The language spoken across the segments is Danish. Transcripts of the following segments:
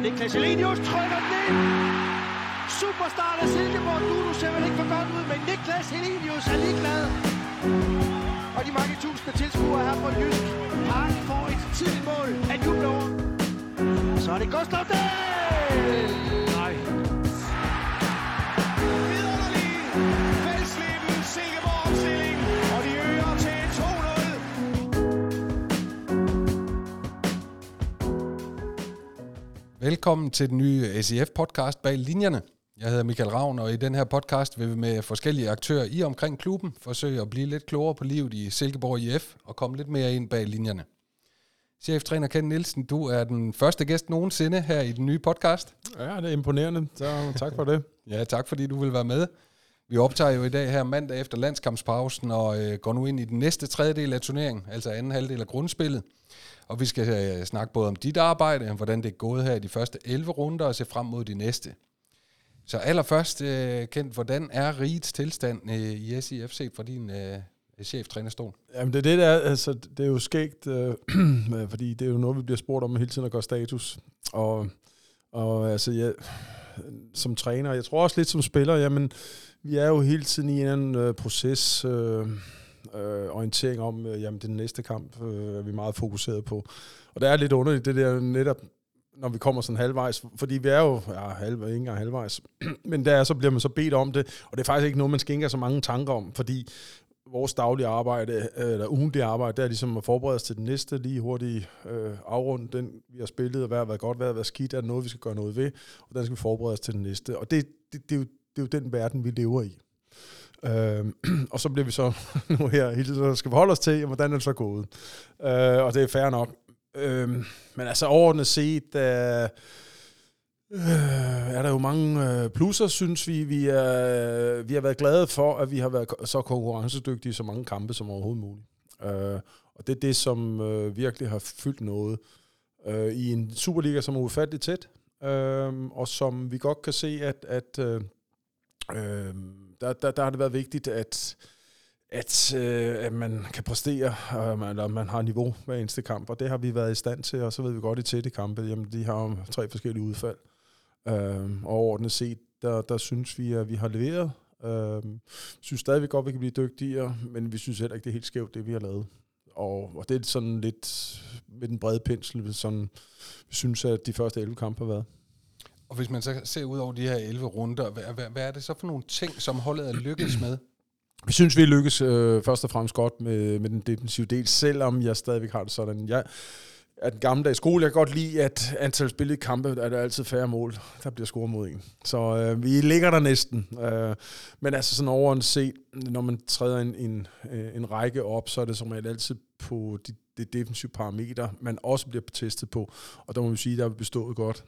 Niklas Elenius trykker den ind. Superstar af Silkeborg. Du ser vel ikke for godt ud, men Niklas Elenius er ligeglad. Og de mange tusinde tilskuere her på Jysk Park får et tidligt mål at juble over. Så er det Gustav Dahl! Nej. Vidunderlig velsleben Silkeborg-opstilling, og de øger til 2-0. Velkommen til den nye SIF-podcast Bag Linjerne. Jeg hedder Michael Ravn, og i den her podcast vil vi med forskellige aktører i omkring klubben forsøge at blive lidt klogere på livet i Silkeborg IF og komme lidt mere ind bag linjerne. Cheftræner Ken Nielsen, du er den første gæst nogensinde her i den nye podcast. Ja, det er imponerende. Så tak for det. Ja, tak fordi du vil være med. Vi optager jo i dag her mandag efter landskampspausen og går nu ind i den næste tredjedel af turneringen, altså anden halvdel af grundspillet. Og vi skal snakke både om dit arbejde, hvordan det er gået her i de første 11 runder og se frem mod de næste. Så allerførst, Kent, hvordan er rigets tilstand i SIF set fra din cheftrænerstol? Jamen det er altså det er jo skægt, fordi det er jo noget, vi bliver spurgt om hele tiden at gøre status. Og altså, jeg, som træner, jeg tror også lidt som spiller, jamen vi er jo hele tiden i en anden proces, orientering om, jamen den næste kamp er vi meget fokuseret på. Og det er lidt underligt, det der netop, når vi kommer sådan halvvejs, fordi vi er jo, ikke engang halvvejs, men så bliver man så bedt om det, og det er faktisk ikke noget, man skænker så mange tanker om, fordi vores daglige arbejde, eller ugentlige arbejde, det er ligesom at forberede os til den næste, lige hurtigt afrunde den, vi har spillet, og hvad har været godt, hvad har været skidt, er der noget, vi skal gøre noget ved, og den skal vi forberede os til den næste. Og det er jo den verden, vi lever i. Og så bliver vi så nu her hele tiden, skal forholde os til, hvordan er det så gået. Og det er fair nok. Men altså overordnet set, er der jo mange plusser, synes vi. Vi har været glade for, at vi har været så konkurrencedygtige i så mange kampe som overhovedet muligt. Og det er det, som virkelig har fyldt noget i en Superliga, som er ufatteligt tæt, og som vi godt kan se, at der har det været vigtigt, at man kan præstere, og man har niveau hver eneste kamp, og det har vi været i stand til, og så ved vi godt i tætte kampe, jamen de har 3 forskellige udfald. Og overordnet set, der synes vi, at vi har leveret. Synes stadigvæk godt, at vi kan blive dygtigere, men vi synes heller ikke, det er helt skævt, det vi har lavet. Og det er sådan lidt med den brede pensel, sådan vi synes, at de første 11 kampe har været. Og hvis man så ser ud over de her 11 runder, hvad er det så for nogle ting, som holdet er lykkedes med? Vi synes, vi lykkes først og fremmest godt med den defensive del, selvom jeg stadigvæk har det sådan. Jeg er den gammeldags skole. Jeg kan godt lide, at antal spillede kampe er der altid færre mål, der bliver scoret mod en. Så vi ligger der næsten. Men altså sådan overordnet set, når man træder en række op, så er det som regel altid på de defensive parametre, man også bliver testet på. Og der må vi sige, der har vi bestået godt.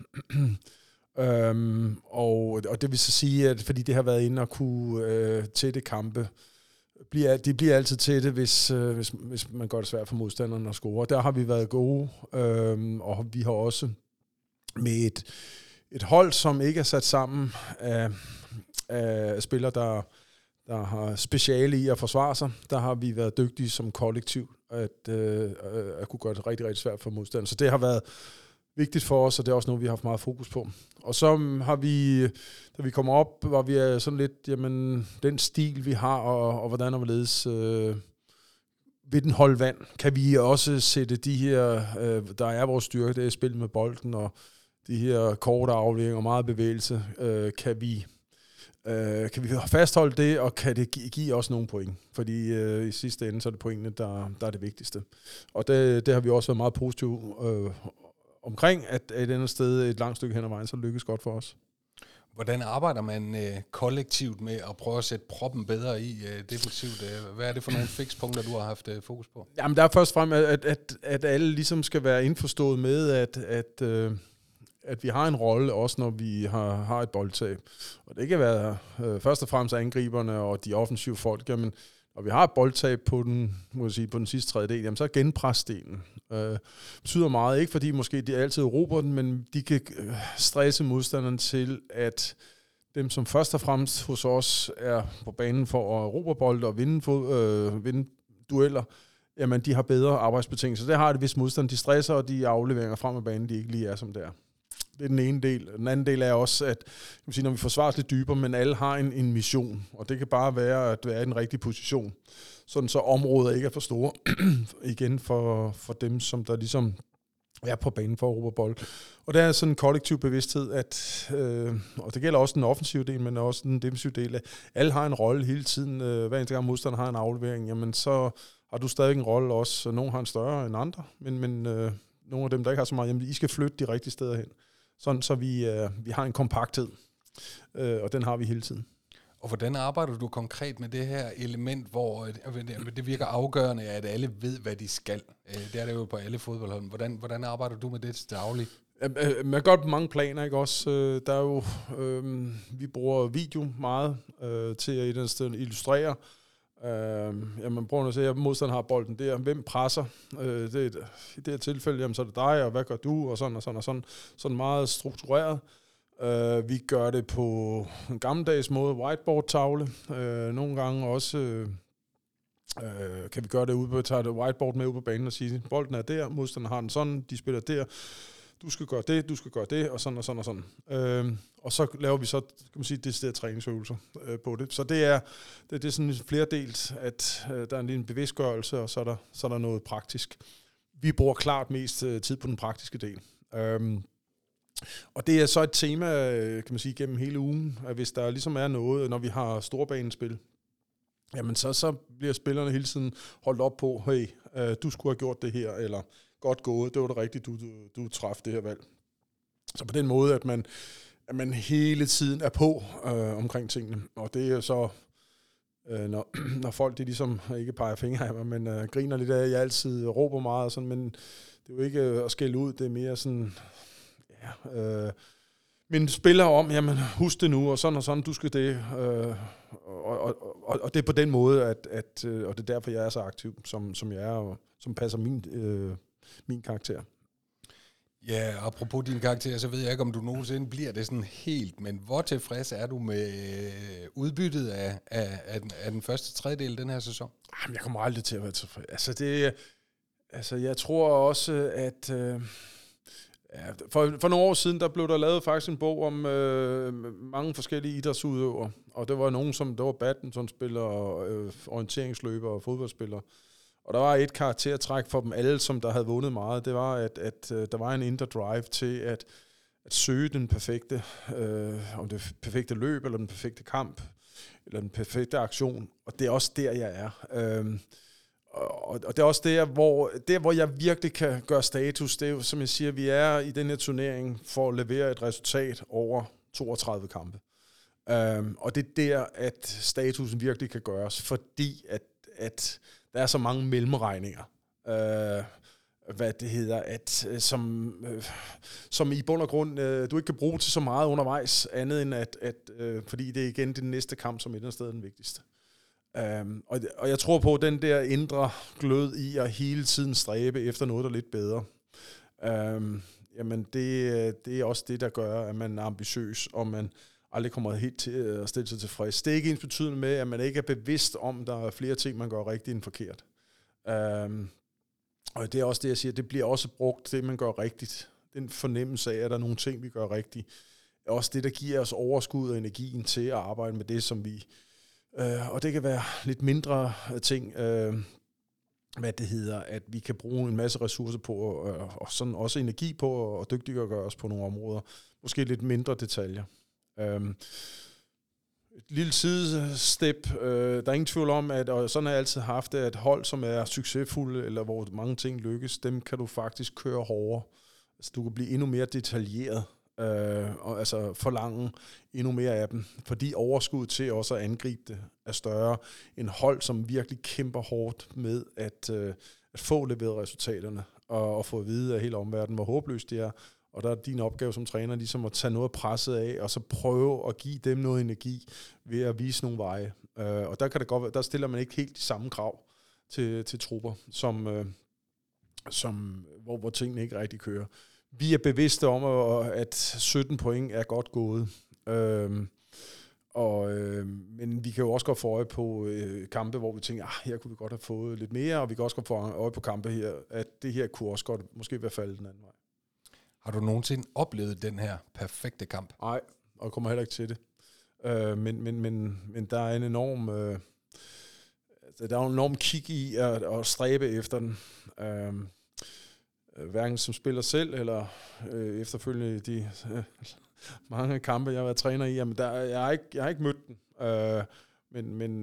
Og det vil så sige, at fordi det har været inde og kunne tætte kampe, de bliver altid tætte, hvis man gør det svært for modstanderne at score. Der har vi været gode, og vi har også med et hold, som ikke er sat sammen af spillere, der har speciale i at forsvare sig. Der har vi været dygtige som kollektiv at kunne gøre det rigtig, rigtig svært for modstanderne. Så det har været vigtigt for os, og det er også noget, vi har haft meget fokus på. Og så har vi, da vi kommer op, var vi sådan lidt, jamen, den stil, vi har, og hvordan og hvorledes ved den holde vand, kan vi også sætte de her, der er vores styrke, det er spil med bolden, og de her korte afleveringer og meget bevægelse, kan vi fastholde det, og kan det give os nogle point. Fordi i sidste ende, så er det pointene, der er det vigtigste. Og det har vi også været meget positive omkring, at et andet sted, et langt stykke hen ad vejen, så lykkes godt for os. Hvordan arbejder man kollektivt med at prøve at sætte proppen bedre i defensivt? Hvad er det for nogle fikspunkter, du har haft fokus på? Jamen, der er først frem, at alle ligesom skal være indforstået med, at vi har en rolle, også når vi har et boldtab. Og det kan være først og fremmest angriberne og de offensive folk, jamen, og vi har et boldtab på den sidste tredjedel, jamen så er genpresdelen betyder meget. Ikke fordi måske de altid råber den, men de kan stresse modstanderen til, at dem, som først og fremmest hos os er på banen for at råbe bold og vinde dueller, jamen de har bedre arbejdsbetingelser. Det har det, hvis modstanderen de stresser, og de afleveringer frem af banen, de ikke lige er som det er. Det er den ene del. Den anden del er også, at når vi forsvarer lidt dybere, men alle har en mission, og det kan bare være at være i den rigtige position, sådan så området ikke er for store igen for dem, som der ligesom er på banen for Europabold. Og der er sådan en kollektiv bevidsthed, at, og det gælder også den offensive del, men også den defensive del, at alle har en rolle hele tiden. Hver eneste gang modstander har en aflevering, jamen så har du stadig en rolle også. Nogle har en større end andre, men nogle af dem, der ikke har så meget, jamen I skal flytte de rigtige steder hen. Sådan så vi har en kompakthed, og den har vi hele tiden. Og hvordan arbejder du konkret med det her element, hvor det virker afgørende, at alle ved, hvad de skal? Det er det jo på alle fodboldhold. Hvordan arbejder du med det til daglig? Man kan godt på mange planer, ikke også? Der er jo, vi bruger video meget til at i den sted illustrere. Man prøver at se, at modstanderen har bolden der. Hvem presser? I det her tilfælde, jamen, så er det dig, og hvad gør du? Og sådan og sådan og sådan. Sådan meget struktureret. Vi gør det på en gammeldags måde, whiteboard-tavle. Nogle gange også kan vi gøre det ude på, tage det whiteboard med ud på banen og sige, bolden er der, modstanderen har den sådan, de spiller der, du skal gøre det, og sådan og sådan og sådan. Og så laver vi så, kan man sige, deciderede træningsøvelser på det. Så det er sådan flere delt, at der er en lille bevidstgørelse, og så er der noget praktisk. Vi bruger klart mest tid på den praktiske del. Og det er så et tema, kan man sige, gennem hele ugen, at hvis der ligesom er noget, når vi har storbanespil, jamen så bliver spillerne hele tiden holdt op på, hey, du skulle have gjort det her, eller godt gået, det var det rigtigt, du traf det her valg. Så på den måde, at man hele tiden er på omkring tingene. Og det er så, når folk de ligesom ikke peger fingre af mig, men griner lidt af, jeg altid råber meget, og sådan, men det er jo ikke at skælde ud, det er mere sådan, men spiller om, jamen husk det nu, og sådan, du skal det. Og det er på den måde, at og det er derfor, jeg er så aktiv, som jeg er, og som passer min karakter. Ja, apropos din karakter, så ved jeg ikke, om du nogensinde bliver det sådan helt, men hvor tilfreds er du med udbyttet af den første tredjedel den her sæson? Jamen, jeg kommer aldrig til at være tilfreds. Jeg tror også, at for nogle år siden, der blev der lavet faktisk en bog om mange forskellige idrætsudøvere, og det var nogen, der var badmintonspillere, orienteringsløbere og fodboldspillere. Og der var et karaktertræk for dem alle, som der havde vundet meget. Det var, at der var en indre drive til at søge den perfekte, om det perfekte løb, eller den perfekte kamp, eller den perfekte aktion. Og det er også der, jeg er. Og det er også der, hvor jeg virkelig kan gøre status. Det er jo, som jeg siger, vi er i den her turnering for at levere et resultat over 32 kampe. Og det er der, at statusen virkelig kan gøres, fordi at der er så mange mellemregninger, som i bund og grund du ikke kan bruge til så meget undervejs, andet end fordi det er igen den næste kamp, som et eller andet sted er den vigtigste. Og jeg tror på, at den der indre glød i at hele tiden stræbe efter noget, der er lidt bedre, jamen det er også det, der gør, at man er ambitiøs, og man aldrig kommer helt til at stille sig tilfreds. Det er ikke ensbetydende med, at man ikke er bevidst om, at der er flere ting, man gør rigtigt end forkert. Og det er også det, jeg siger, det bliver også brugt, det man gør rigtigt. Den fornemmelse af, at der er nogle ting, vi gør rigtigt, er også det, der giver os overskud og energien til at arbejde med det, som vi... og det kan være lidt mindre ting, at vi kan bruge en masse ressourcer på, og sådan også energi på, og dygtiggøre os på nogle områder. Måske lidt mindre detaljer. Et lille sidestep. Der er ingen tvivl om, og sådan har jeg altid haft det, at hold, som er succesfulde, eller hvor mange ting lykkes, dem kan du faktisk køre hårdere. Altså, du kan blive endnu mere detaljeret, og altså forlange endnu mere af dem, fordi overskud til også at angribe det er større end hold, som virkelig kæmper hårdt med at få leveret resultaterne, og få at vide af hele omverdenen, hvor håbløst det er. Og der er din opgave som træner ligesom at tage noget presset af, og så prøve at give dem noget energi ved at vise nogle veje. Og der kan det godt være, der stiller man ikke helt de samme krav til trupper, hvor tingene ikke rigtig kører. Vi er bevidste om, at 17 point er godt gået. Men vi kan jo også godt få øje på kampe, hvor vi tænker, her kunne vi godt have fået lidt mere, og vi kan også godt få øje på kampe her, at det her kunne også godt måske være faldet den anden vej. Har du nogensinde oplevet den her perfekte kamp? Nej, og kommer heller ikke til det. Men der er en enorm... der er en enorm kig i at stræbe efter den. Hverken som spiller selv, eller efterfølgende de mange kampe, jeg har været træner i. Jamen, jeg har ikke mødt den. Men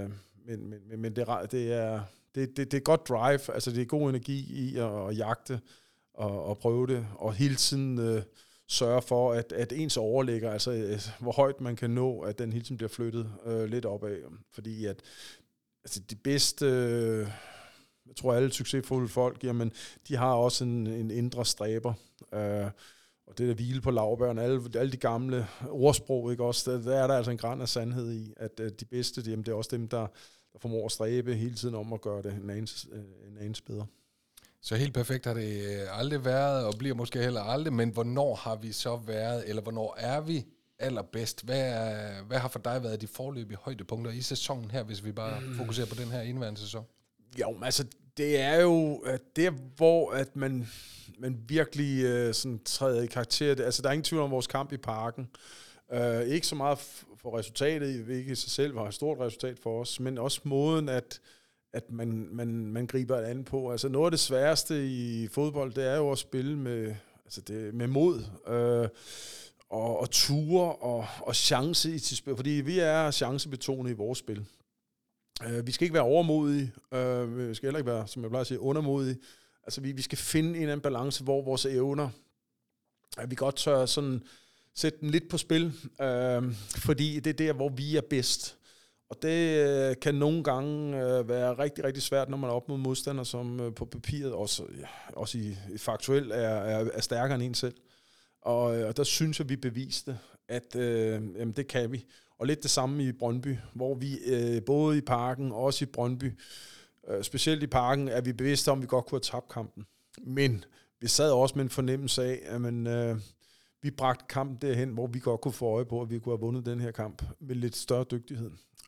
det er godt drive. Altså, det er god energi i at jagte og prøve det. Og hele tiden sørge for, at ens overligger, altså hvor højt man kan nå, at den hele tiden bliver flyttet lidt opad. Fordi at altså, de bedste... jeg tror, alle succesfulde folk, jamen, de har også en indre stræber. Og det der hvile på laurbærne, alle de gamle ordsprog, ikke også, der er der altså en gran af sandhed i, at de bedste, jamen, det er også dem, der formår at stræbe hele tiden om at gøre det en anelse bedre. Så helt perfekt har det aldrig været, og bliver måske heller aldrig, men hvornår har vi så været, eller hvornår er vi allerbedst? Hvad har for dig været de foreløbige højdepunkter i sæsonen her, hvis vi bare fokuserer på den her indværende sæson? Jo, altså, det er jo der, hvor at man virkelig sådan træder i karakter. Altså, der er ingen tvivl om vores kamp i Parken. Ikke så meget for resultatet, hvilket i sig selv var et stort resultat for os, men også måden, at man griber det an på. Altså, noget af det sværeste i fodbold, det er jo at spille med mod og ture og chance i sit spil, fordi vi er chancebetonet i vores spil. Vi skal ikke være overmodige, vi skal heller ikke være, som jeg plejer at sige, undermodige. Altså vi skal finde en eller anden balance, hvor vores evner, at vi godt tør sådan sætte den lidt på spil, fordi det er der, hvor vi er bedst. Og det kan nogle gange være rigtig, rigtig svært, når man er op mod modstandere, som på papiret også i faktuelt er stærkere end en selv. Og der synes jeg, vi beviste, at jamen, det kan vi. Og lidt det samme i Brøndby, hvor vi både i Parken og også i Brøndby, specielt i Parken, er vi bevidste om, at vi godt kunne have tabt kampen. Men vi sad også med en fornemmelse af, at vi bragte kampen derhen, hvor vi godt kunne få øje på, at vi kunne have vundet den her kamp med lidt større dygtighed.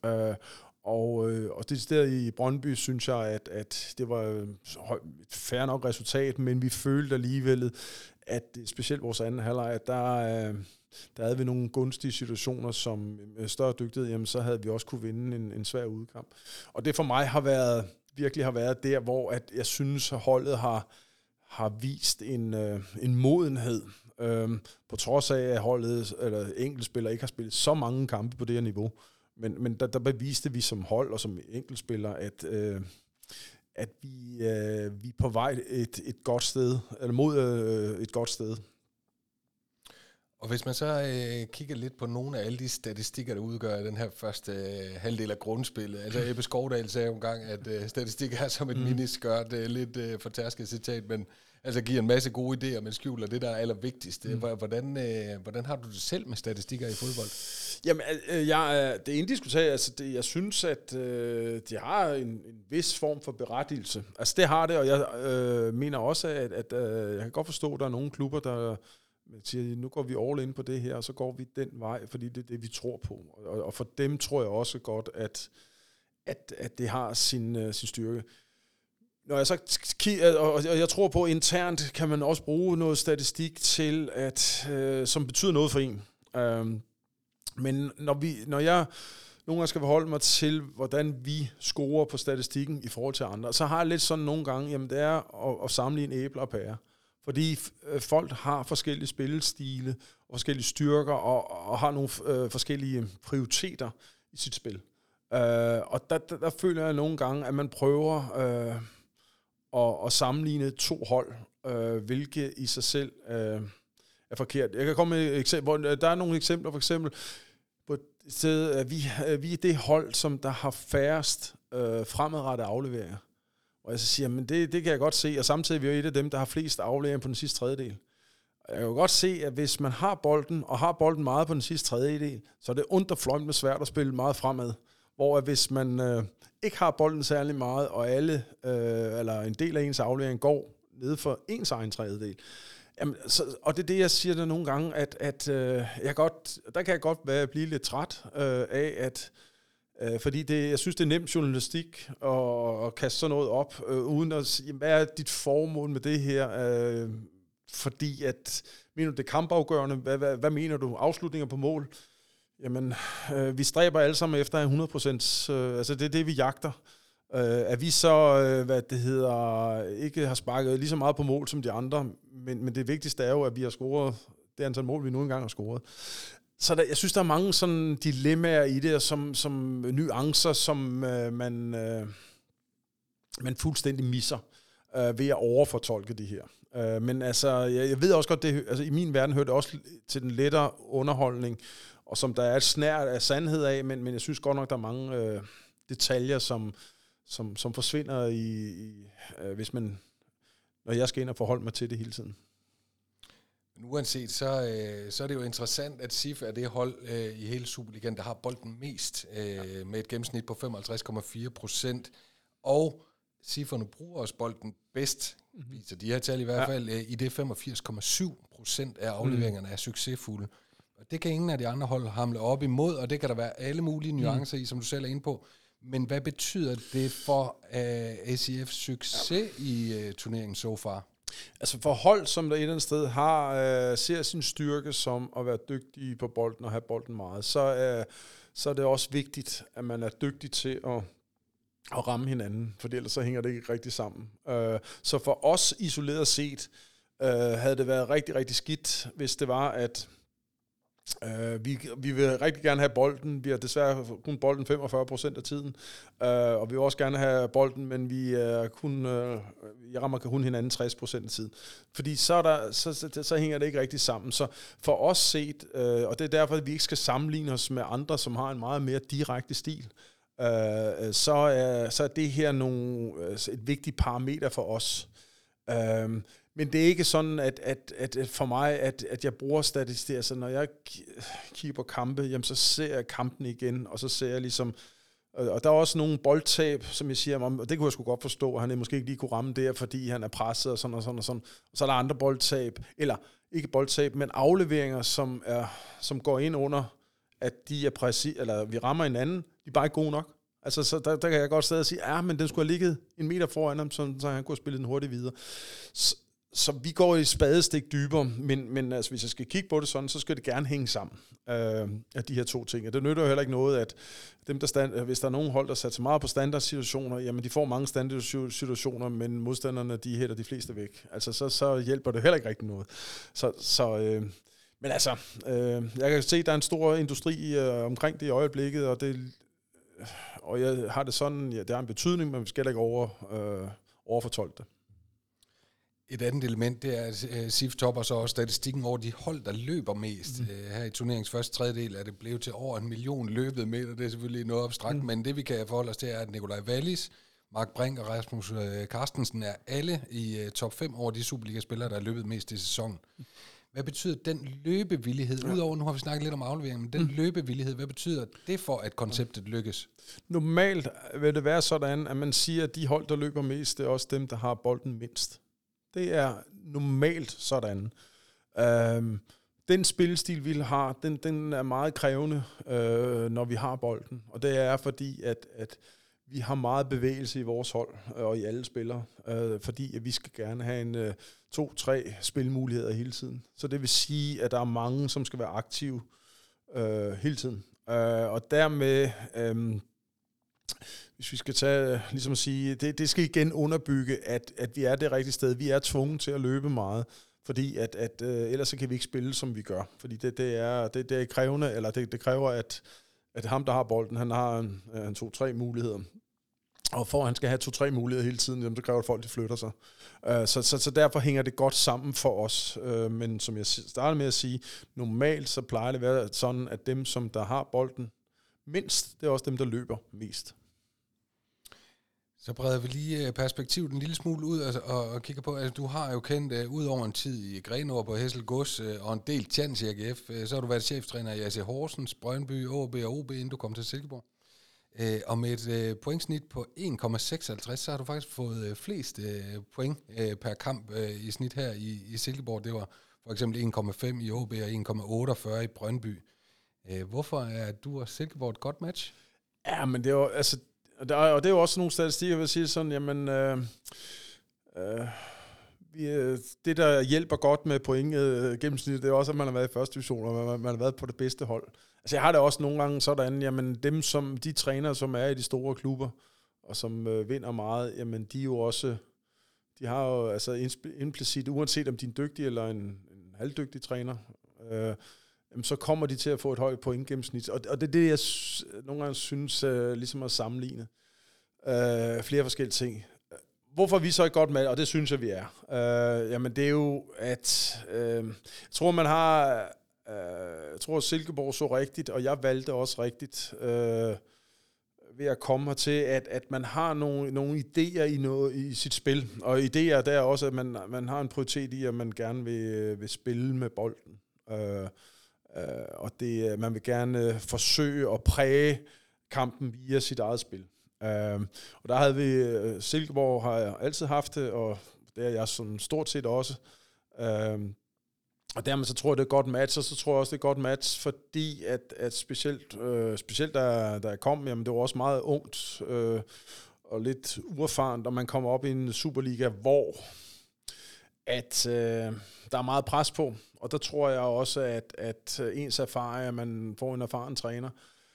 Og det der i Brøndby, synes jeg, at det var et fair nok resultat, men vi følte alligevel, at specielt vores anden halvleg, at der havde vi nogle gunstige situationer, som med større dygtighed, jamen, så havde vi også kunne vinde en svær udkamp. Og det for mig virkelig har været der, hvor at jeg synes, at holdet har vist en modenhed, på trods af, at holdet eller enkeltspillere ikke har spillet så mange kampe på det her niveau. Men der beviste vi som hold og som enkeltspillere, at vi er på vej et godt sted, eller mod et godt sted. Og hvis man så kigger lidt på nogle af alle de statistikker, der udgør den her første halvdel af grundspillet. Altså Ebbe Skovdal sagde jo engang, at statistik er som et miniskørt, lidt fortærsket citat, men altså giver en masse gode idéer, men skjuler det, der er allervigtigst. Hvordan har du det selv med statistikker i fodbold? Jamen, det er indiskutabelt. Altså, jeg synes, at det har en vis form for berettigelse. Altså, det har det, og jeg mener også, at jeg kan godt forstå, at der er nogle klubber, der siger, nu går vi all in på det her, og så går vi den vej, fordi det er det, vi tror på. Og for dem tror jeg også godt, at det har sin styrke. Når jeg så og jeg tror på, internt kan man også bruge noget statistik til, som betyder noget for en. Men når jeg nogle gange skal forholde mig til, hvordan vi scorer på statistikken i forhold til andre, så har jeg lidt sådan nogle gange, jamen det er at sammenligne æbler og pærer. Fordi folk har forskellige spillestile og forskellige styrker og har nogle forskellige prioriteter i sit spil. Og der føler jeg nogle gange, at man prøver at sammenligne to hold, hvilket i sig selv er forkert. Jeg kan komme med et eksempel. Der er nogle eksempler, for eksempel på et sted, at vi er det hold, som der har færrest fremadrettede afleveringer. Og jeg så siger, men det kan jeg godt se, og samtidig er vi jo et af dem, der har flest afleveringer på den sidste tredjedel. Og jeg kan jo godt se, at hvis man har bolden, og har bolden meget på den sidste tredjedel, så er det ondt og fløjt med svært at spille meget fremad. Hvor hvis man ikke har bolden særlig meget, og eller en del af ens aflevering går ned for ens egen tredjedel. Jamen, og det er det, jeg siger der nogle gange, at der kan jeg godt blive lidt træt af, at fordi jeg synes, det er nemt journalistik at kaste sådan noget op, uden at sige, hvad er dit formål med det her? fordi at, mener du det er kampafgørende? Hvad mener du? Afslutninger på mål? Jamen, vi stræber alle sammen efter 100%, altså det er det, vi jagter. At vi så, ikke har sparket lige så meget på mål som de andre, men det vigtigste er jo, at vi har scoret det antal mål, vi nu engang har scoret. Så jeg synes, der er mange sådan dilemmaer i det, som nuancer, som man fuldstændig misser ved at overfortolke det her. Men altså, jeg ved også godt, altså i min verden hører det også til den lettere underholdning, og som der er et snært af sandhed af, men jeg synes godt nok, der er mange detaljer, som forsvinder hvis man, når jeg skal ind og forholde mig til det hele tiden. Men uanset, så er det jo interessant, at SIF er det hold i hele Superligaen, der har bolden mest, med et gennemsnit på 55,4%, og SIF'erne bruger også bolden bedst, viser de her tal i hvert fald, i det 85,7% af afleveringerne er succesfulde. Og det kan ingen af de andre hold hamle op imod, og det kan der være alle mulige nuancer i, som du selv er inde på. Men hvad betyder det for ACF's succes i turneringen so far? Altså for hold, som der et eller andet sted ser sin styrke som at være dygtig på bolden og have bolden meget, så er det også vigtigt, at man er dygtig til at ramme hinanden, for ellers så hænger det ikke rigtig sammen. Så for os isoleret set, havde det været rigtig, rigtig skidt, hvis det var, at vi vil rigtig gerne have bolden. Vi har desværre kun bolden 45% af tiden, og vi vil også gerne have bolden, men vi rammer kun hinanden 60% af tiden. Fordi så hænger det ikke rigtig sammen. Så for os set, og det er derfor, at vi ikke skal sammenligne os med andre, som har en meget mere direkte stil, så er det her et vigtigt parameter for os. Men det er ikke sådan, at for mig, at jeg bruger statistik. Altså, når jeg kigger på kampe, jamen, så ser jeg kampen igen, og så ser jeg ligesom... Og der er også nogle boldtab, som jeg siger, og det kunne jeg sgu godt forstå, at han måske ikke lige kunne ramme der, fordi han er presset og sådan og sådan og sådan. Og så er der andre boldtab, eller ikke boldtab, men afleveringer, som går ind under, at de er præcis, eller vi rammer hinanden, de er bare ikke gode nok. Altså, så der kan jeg godt stadig sige, men den skulle have ligget en meter foran ham, så han kunne have spillet den hurtigt videre. Så vi går i spadestik dybere, men altså, hvis jeg skal kigge på det sådan, så skal det gerne hænge sammen af de her to ting. Og det nytter jo heller ikke noget, at dem, hvis der er nogen hold, der sætter meget på standardsituationer, jamen de får mange standardsituationer, men modstanderne, de hætter de fleste væk. Altså, så hjælper det heller ikke rigtig noget. Men altså, jeg kan se, at der er en stor industri omkring det i øjeblikket, og jeg har det sådan, det har en betydning, men vi skal ikke overfortolke det. Et andet element, det er, at SIF topper så også statistikken over de hold, der løber mest. Her i turneringens første tredjedel er det blevet til over 1 million løbet meter. Det er selvfølgelig noget abstrakt, men det vi kan forholde os til er, at Nikolaj Wallis, Mark Brink og Rasmus Carstensen er alle i top 5 over de Superliga-spillere, der har løbet mest i sæsonen. Hvad betyder den løbevillighed? Udover, nu har vi snakket lidt om afleveringen, men den løbevillighed, hvad betyder det for, at konceptet lykkes? Normalt vil det være sådan, at man siger, at de hold, der løber mest, det er også dem, der har bolden mindst. Det er normalt sådan. Den spillestil, vi har, den er meget krævende, når vi har bolden. Og det er fordi, at vi har meget bevægelse i vores hold og i alle spillere. Fordi at vi skal gerne have 2-3 spilmuligheder hele tiden. Så det vil sige, at der er mange, som skal være aktive hele tiden. Og dermed... hvis vi skal tage, ligesom at sige, det skal igen underbygge, at vi er det rigtige sted. Vi er tvunget til at løbe meget, fordi at ellers så kan vi ikke spille, som vi gør. Fordi det er krævende, eller det kræver, at ham, der har bolden, han har en 2-3 muligheder. Og for at han skal have 2-3 muligheder hele tiden, så kræver det, at folk de flytter sig. Så derfor hænger det godt sammen for os. Men som jeg startede med at sige, normalt så plejer det at være sådan, at dem, som der har bolden mindst, det er også dem, der løber mest. Så breder vi lige perspektivet en lille smule ud og kigger på, altså du har jo kendt ud over en tid i Grenaa på Hessel Gods og en del tjans i AGF, så har du været cheftræner i AC Horsens, Brøndby, AaB og OB, inden du kom til Silkeborg. Og med et pointsnit på 1,56, så har du faktisk fået flest point per kamp i snit her i Silkeborg. Det var for eksempel 1,5 i AaB og 1,48 i Brøndby. Hvorfor er du og Silkeborg et godt match? Ja, men det er jo, altså, og det er jo også nogle statistikker, jeg vil sige sådan, jamen, det, der hjælper godt med point gennemsnittet, det er også, at man har været i første division, og man har været på det bedste hold. Altså jeg har det også nogle gange sådan, jamen de trænere, som er i de store klubber, og som vinder meget, jamen de er jo også, de har jo altså implicit, uanset om de er en dygtig eller en halvdygtig træner, så kommer de til at få et højt point gennemsnit. Og det er det, jeg nogle gange synes, ligesom at sammenligne flere forskellige ting. Hvorfor er vi så et godt match? Og det synes jeg, vi er. Jamen det er jo, at jeg tror, man har... jeg tror, Silkeborg så rigtigt, og jeg valgte også rigtigt ved at komme hertil, at man har nogle idéer i sit spil. Og idéer, der er også, at man har en prioritet i, at man gerne vil spille med bolden. Og man vil gerne forsøge at præge kampen via sit eget spil. Og der havde vi, Silkeborg har jeg altid haft det, og det er jeg sådan stort set også. Og dermed så tror jeg, det er et godt match, og så tror jeg også, det er et godt match, fordi at specielt da jeg kom, jamen det var også meget ungt og lidt uerfarent, og man kommer op i en Superliga, hvor at der er meget pres på, og der tror jeg også, at ens erfaring, at man får en erfaren træner,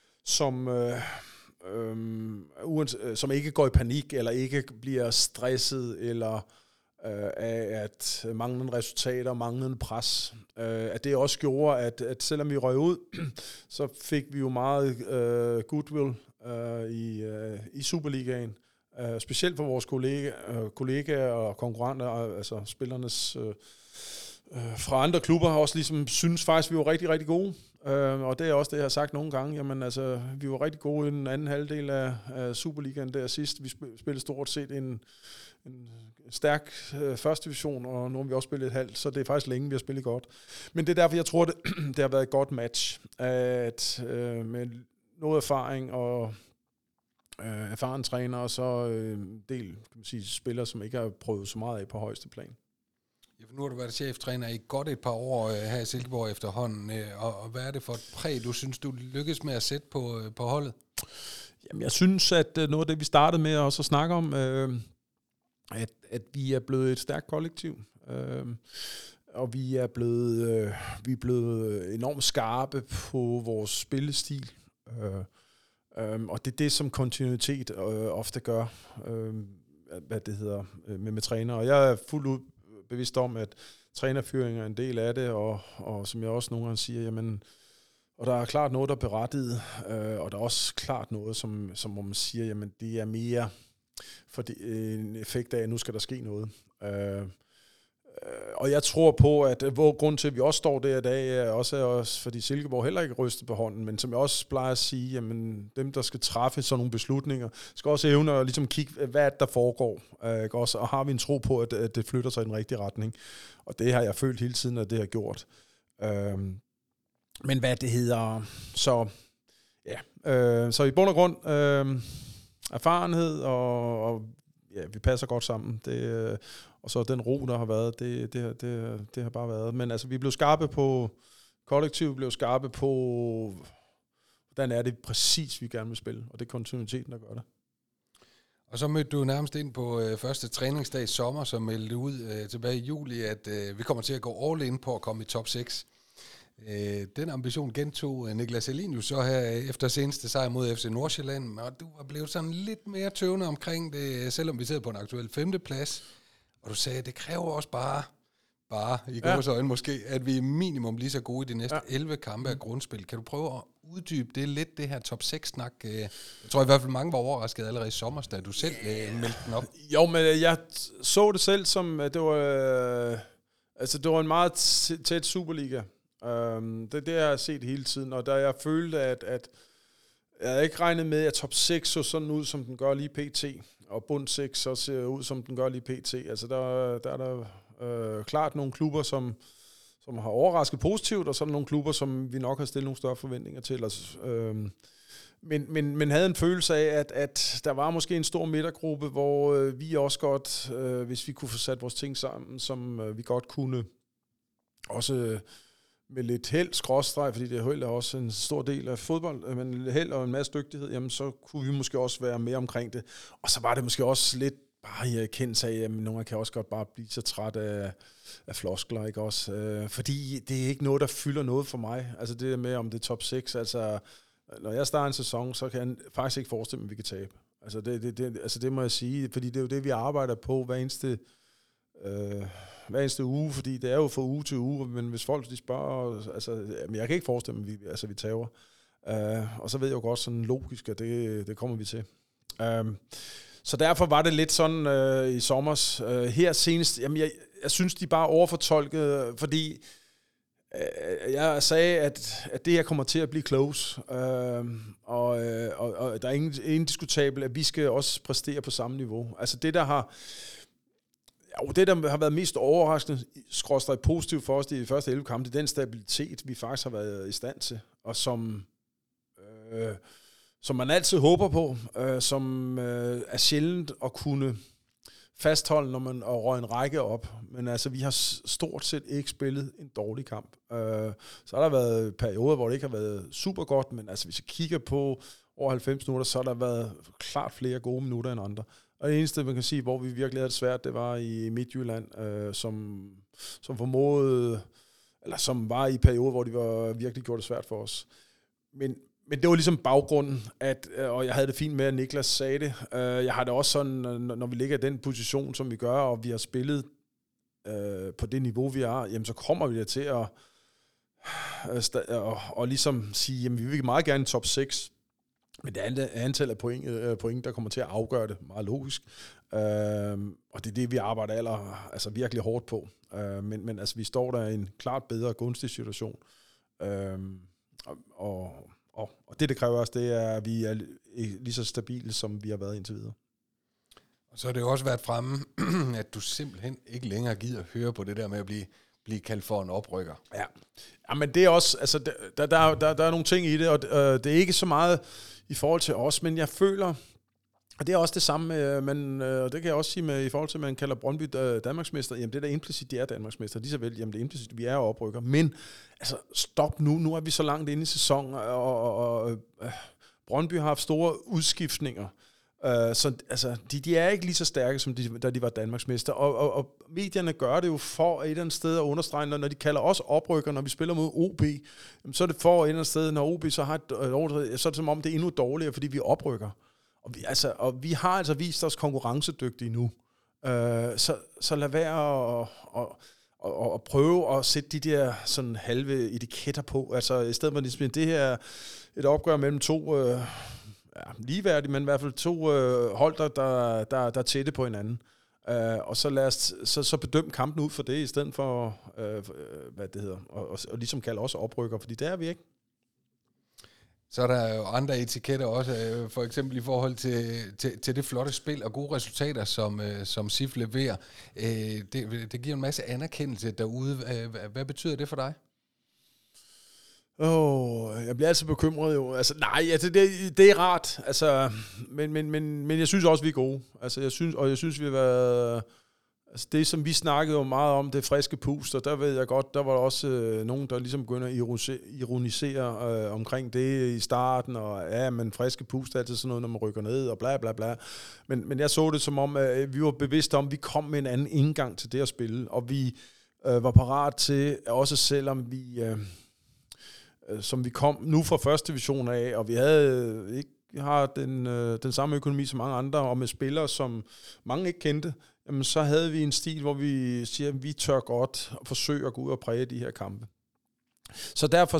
som ikke går i panik, eller ikke bliver stresset, eller af at manglende resultater, manglende pres. At det også gjorde, at selvom vi røg ud, så fik vi jo meget goodwill i Superligaen. Specielt for vores kollegaer og konkurrenter, altså spillernes fra andre klubber, også ligesom synes faktisk, vi var rigtig, rigtig gode. Og det er også det, jeg har sagt nogle gange. Jamen altså, vi var rigtig gode i den anden halvdel af Superligaen der sidst. Vi spillede stort set en stærk første division, og nu har vi også spillet et halvt, så det er faktisk længe, vi har spillet godt. Men det er derfor, jeg tror, det har været et godt match. At med noget erfaring og erfaren træner, og så en del kan man sige, spillere, som ikke har prøvet så meget af på højeste plan. Ja, for nu har du været cheftræner i godt et par år her i Silkeborg efterhånden, og hvad er det for et præg, du synes, du lykkes med at sætte på holdet? Jamen, jeg synes, at noget af det, vi startede med også at snakke om, at vi er blevet et stærkt kollektiv, og vi er blevet enormt skarpe på vores spillestil, og det er det, som kontinuitet ofte gør, med træner. Og jeg er fuldt ud bevidst om, at trænerfyring er en del af det, og som jeg også nogle gange siger, jamen, og der er klart noget, der er berettiget, og der er også klart noget, som hvor man siger, jamen det er mere for en effekt af, at nu skal der ske noget. Og jeg tror på, at hvor grund til, at vi også står der i dag, er også fordi Silkeborg heller ikke rystet på hånden, men som jeg også plejer at sige, jamen dem, der skal træffe sådan nogle beslutninger, skal også evne at ligesom kigge, hvad der foregår. Også, og har vi en tro på, at det flytter sig i den rigtige retning. Og det har jeg følt hele tiden, at det har gjort. Men hvad det hedder, så ja, så i bund og grund erfarenhed, og ja, vi passer godt sammen. Det, og så den ro, der har været, det har bare været. Men altså, vi blev skarpe på kollektiv, blev skarpe på, hvordan er det præcis, vi gerne vil spille, og det er kontinuiteten, der gør det. Og så mødte du nærmest ind på første træningsdag i sommer, som meldte ud tilbage i juli, at vi kommer til at gå all in på at komme i top 6. Den ambition gentog Niklas Elinius så her efter seneste sejr mod FC Nordsjælland, og du var blevet sådan lidt mere tøvende omkring det, selvom vi sidder på en aktuel 5. plads. Og du sagde, at det kræver også bare i gårs øjne måske, at vi er minimum lige så gode i de næste 11 kampe af grundspil. Kan du prøve at uddybe det lidt, det her top 6-snak? Jeg tror i hvert fald mange var overrasket allerede i sommer, da du selv meldte den op. Jo, men jeg så det selv som, det var en meget tæt Superliga. Det er det, jeg har set hele tiden, og da jeg følte, at jeg ikke regnede med, at top 6 så sådan ud, som den gør lige pt., og bund 6 så ser ud, som den gør lige pt. Altså, der er der klart nogle klubber, som har overrasket positivt, og så er der nogle klubber, som vi nok har stillet nogle større forventninger til. Altså, men havde en følelse af, at der var måske en stor midtergruppe, hvor vi også godt, hvis vi kunne få sat vores ting sammen, som vi godt kunne også med lidt held, skråstreg, fordi det er held er også en stor del af fodbold, men held og en masse dygtighed, jamen så kunne vi måske også være mere omkring det. Og så var det måske også lidt bare i erkendelse af, at nogle kan også godt bare blive så træt af floskler, ikke også? Fordi det er ikke noget, der fylder noget for mig. Altså det med, om det er top 6, altså når jeg starter en sæson, så kan jeg faktisk ikke forestille mig, at vi kan tabe. Altså det må jeg sige, fordi det er jo det, vi arbejder på hver eneste uge, fordi det er jo fra uge til uge, men hvis folk de spørger, altså, jeg kan ikke forestille mig, at vi taber. Og så ved jeg jo godt sådan logisk, at det kommer vi til. Så derfor var det lidt sådan i sommers. Her senest, jamen jeg synes, de bare overfortolkede, fordi jeg sagde, at det her kommer til at blive close, og der er ingen indiskutabelt, at vi skal også præstere på samme niveau. Altså det, der har været mest overraskende, skråstreg positivt for os i de første 11 kampe, det er den stabilitet, vi faktisk har været i stand til, og som man altid håber på, som er sjældent at kunne fastholde, når man røger en række op. Men altså, vi har stort set ikke spillet en dårlig kamp. Så har der været perioder, hvor det ikke har været super godt, men altså, hvis jeg kigger på over 90 minutter, så har der været klart flere gode minutter end andre. Og det eneste, man kan sige, hvor vi virkelig havde det svært, det var i Midtjylland, som formåede, eller som var i perioder, hvor de var virkelig gjort det svært for os. Men det var ligesom baggrunden, og jeg havde det fint med, at Niklas sagde det. Jeg har det også sådan, når vi ligger i den position, som vi gør, og vi har spillet på det niveau, vi er, jamen så kommer vi der til at ligesom sige, jamen vi vil meget gerne top 6, men det er antal af point, der kommer til at afgøre det, meget logisk. Og det er det, vi arbejder virkelig hårdt på. Men altså, vi står der i en klart bedre gunstig situation. Og det kræver også, det er, at vi er lige så stabile, som vi har været indtil videre. Og så har det jo også været fremme, at du simpelthen ikke længere gider at høre på det der med at blive kaldt for en oprykker. Ja, men det er også, altså, der er nogle ting i det, og det er ikke så meget i forhold til os, men jeg føler, og det er også det samme, og det kan jeg også sige med, i forhold til, at man kalder Brøndby Danmarksmester, jamen det der implicit, de er Danmarksmester, lige så vel, jamen det er implicit, vi er oprykker, men altså stop nu er vi så langt inde i sæsonen, og Brøndby har haft store udskiftninger, så altså, de er ikke lige så stærke, som da de var Danmarksmester, og medierne gør det jo for et eller andet sted at understrege, når de kalder os oprykker, når vi spiller mod OB, så er det for et eller andet sted, når OB så har så er det som om, det er endnu dårligere, fordi vi oprykker. Og vi har altså vist os konkurrencedygtige nu. Så lad være at prøve at sætte de der sådan halve etiketter på. Altså i stedet for det her et opgør mellem to ligeværdige, men i hvert fald to hold, der er tætte på hinanden. Og så lad os så bedømme kampen ud for det, i stedet for hvad det hedder, og ligesom kalde os oprykker, fordi det er vi ikke. Så er der jo andre etiketter også, for eksempel i forhold til det flotte spil og gode resultater, som SIF leverer. Det giver en masse anerkendelse derude. Hvad betyder det for dig? Jeg bliver altid bekymret jo. Altså, nej, altså, det er rart. Altså, men jeg synes også, vi er gode. Altså, jeg synes, vi har været... Altså det, som vi snakkede jo meget om, det friske pust, og der ved jeg godt, der var også nogen, der ligesom begynder at ironisere omkring det i starten, og ja, men friske pust er altid sådan noget, når man rykker ned, og bla bla bla. Men jeg så det som om, at vi var bevidste om, at vi kom med en anden indgang til det at spille, og vi var parat til, også selvom vi, som vi kom nu fra første division af, og vi havde ikke har den samme økonomi som mange andre, og med spillere, som mange ikke kendte, jamen, så havde vi en stil, hvor vi siger, at vi tør godt og forsøge at gå ud og præge de her kampe. Så derfor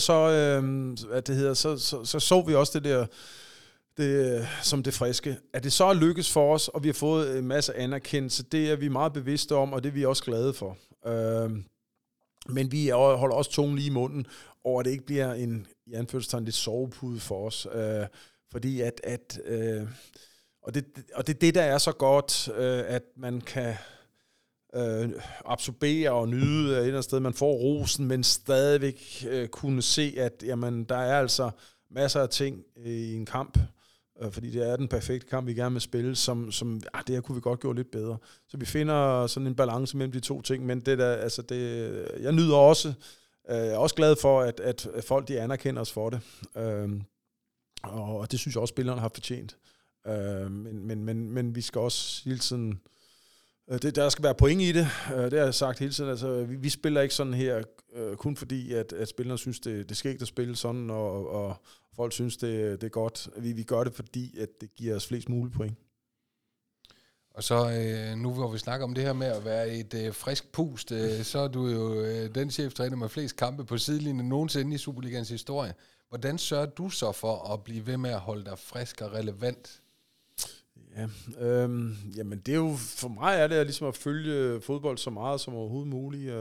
så vi også det der, som det friske. At det så er lykkes for os, og vi har fået en masse anerkendelse, det er vi meget bevidste om, og det er vi også glade for. Men vi holder også tungen lige i munden, over at det ikke bliver en, i anførselstegn, lidt sovepude for os. Fordi og det er det, der er så godt, at man kan absorbere og nyde et eller andet sted, man får rosen, men stadigvæk kunne se, at jamen, der er altså masser af ting i en kamp, fordi det er den perfekte kamp, vi gerne vil spille, som det her kunne vi godt gøre lidt bedre. Så vi finder sådan en balance mellem de to ting, men det der, altså jeg nyder også, jeg er også glad for, at folk de anerkender os for det. Og det synes jeg også, spillerne har fortjent. Men vi skal også hele tiden... Der skal være point i det. Det har jeg sagt hele tiden. Altså, vi spiller ikke sådan her, kun fordi, at spillerne synes, det skal ikke at spille sådan, og folk synes, det er godt. Vi gør det, fordi at det giver os flest mulige point. Og så nu hvor vi snakker om det her med at være et frisk pust, så er du jo den cheftræner med flest kampe på sidelinjen nogensinde i Superligans historie. Hvordan sørger du så for at blive ved med at holde dig frisk og relevant? Ja, jamen det er jo, for mig er det ligesom at følge fodbold så meget som overhovedet muligt.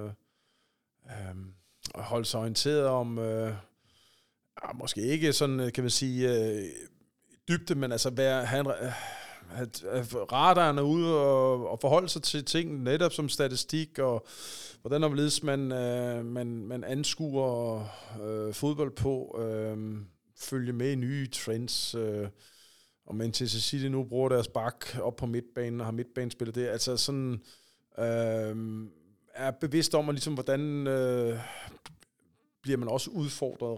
Og holde sig orienteret om, måske ikke sådan, kan man sige, dybde, men altså radaren er ude og forholde sig til ting, netop som statistik, og hvordan overledes man anskuer fodbold på, følge med i nye trends, og Manchester City nu bruger deres bak op på midtbanen og har midtbanespillet det, altså sådan er bevidst om, at ligesom, hvordan bliver man også udfordret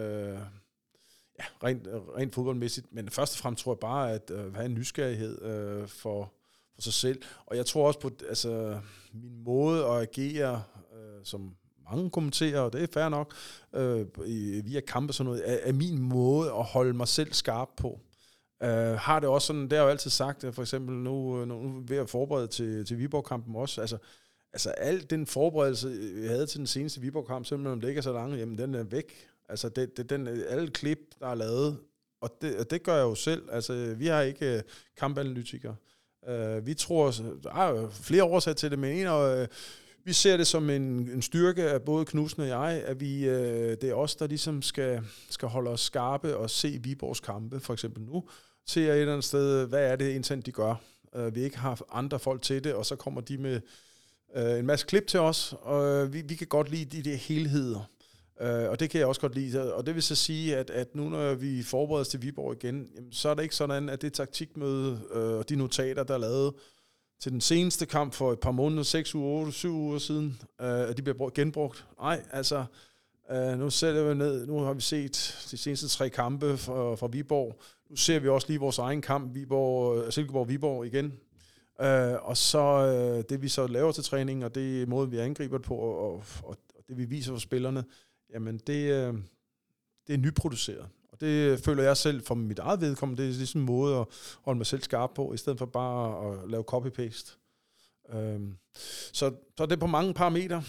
rent fodboldmæssigt, men først og fremmest tror jeg bare, at have en nysgerrighed for sig selv, og jeg tror også på, altså min måde at agere, som mange kommenterer, og det er fair nok, via kampe og sådan noget, er min måde at holde mig selv skarp på. Har det også sådan, det har jeg jo altid sagt, for eksempel nu ved at forberede til Viborg-kampen også, altså al den forberedelse, vi havde til den seneste Viborg-kamp, selvom det ikke er så langt, jamen den er væk. Altså alle klip, der er lavet, og det gør jeg jo selv. Altså vi har ikke kampanalytikere. Vi tror, der er jo flere årsager til det, men vi ser det som en styrke af både Knudsen og jeg, at det er os, der ligesom skal holde os skarpe og se Viborgs kampe, for eksempel nu, til et eller andet sted, hvad er det internt, de gør. Vi ikke har andre folk til det, og så kommer de med en masse klip til os, og vi kan godt lide de helheder. Og det kan jeg også godt lide. Og det vil så sige, at nu når vi forbereder os til Viborg igen, jamen, så er det ikke sådan, at det taktikmøde og de notater, der er lavet til den seneste kamp for et par måneder, 6 uger, 8, 7 uger siden, at de bliver genbrugt. Nej, altså, nu sætter vi ned, nu har vi set de seneste 3 kampe fra Viborg. Nu ser vi også lige vores egen kamp, Silkeborg-Viborg igen. Og så det vi så laver til træning, og det er måden, vi angriber det på, og det vi viser for spillerne, jamen det er nyproduceret. Og det føler jeg selv for mit eget vedkommende, det er ligesom en måde at holde mig selv skarp på, i stedet for bare at lave copy-paste. Så det er på mange parametre.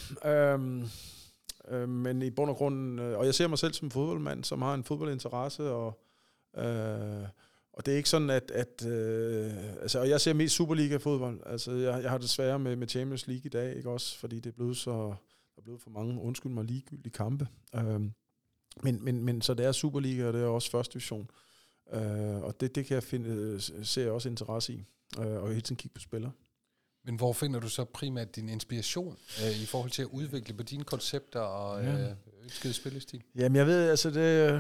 Men i bund og grund, og jeg ser mig selv som en fodboldmand, som har en fodboldinteresse, og det er ikke sådan, altså, og jeg ser mest Superliga-fodbold. Altså, jeg har det svære med Champions League i dag, ikke også, fordi det er blevet for mange, undskyld mig, ligegyldige kampe. Men så det er Superliga, og det er også første division. Og det kan jeg ser jeg også interesse i, og hele tiden kigge på spillere. Men hvor finder du så primært din inspiration i forhold til at udvikle på dine koncepter og ønskede spillestil? Jamen jeg ved, altså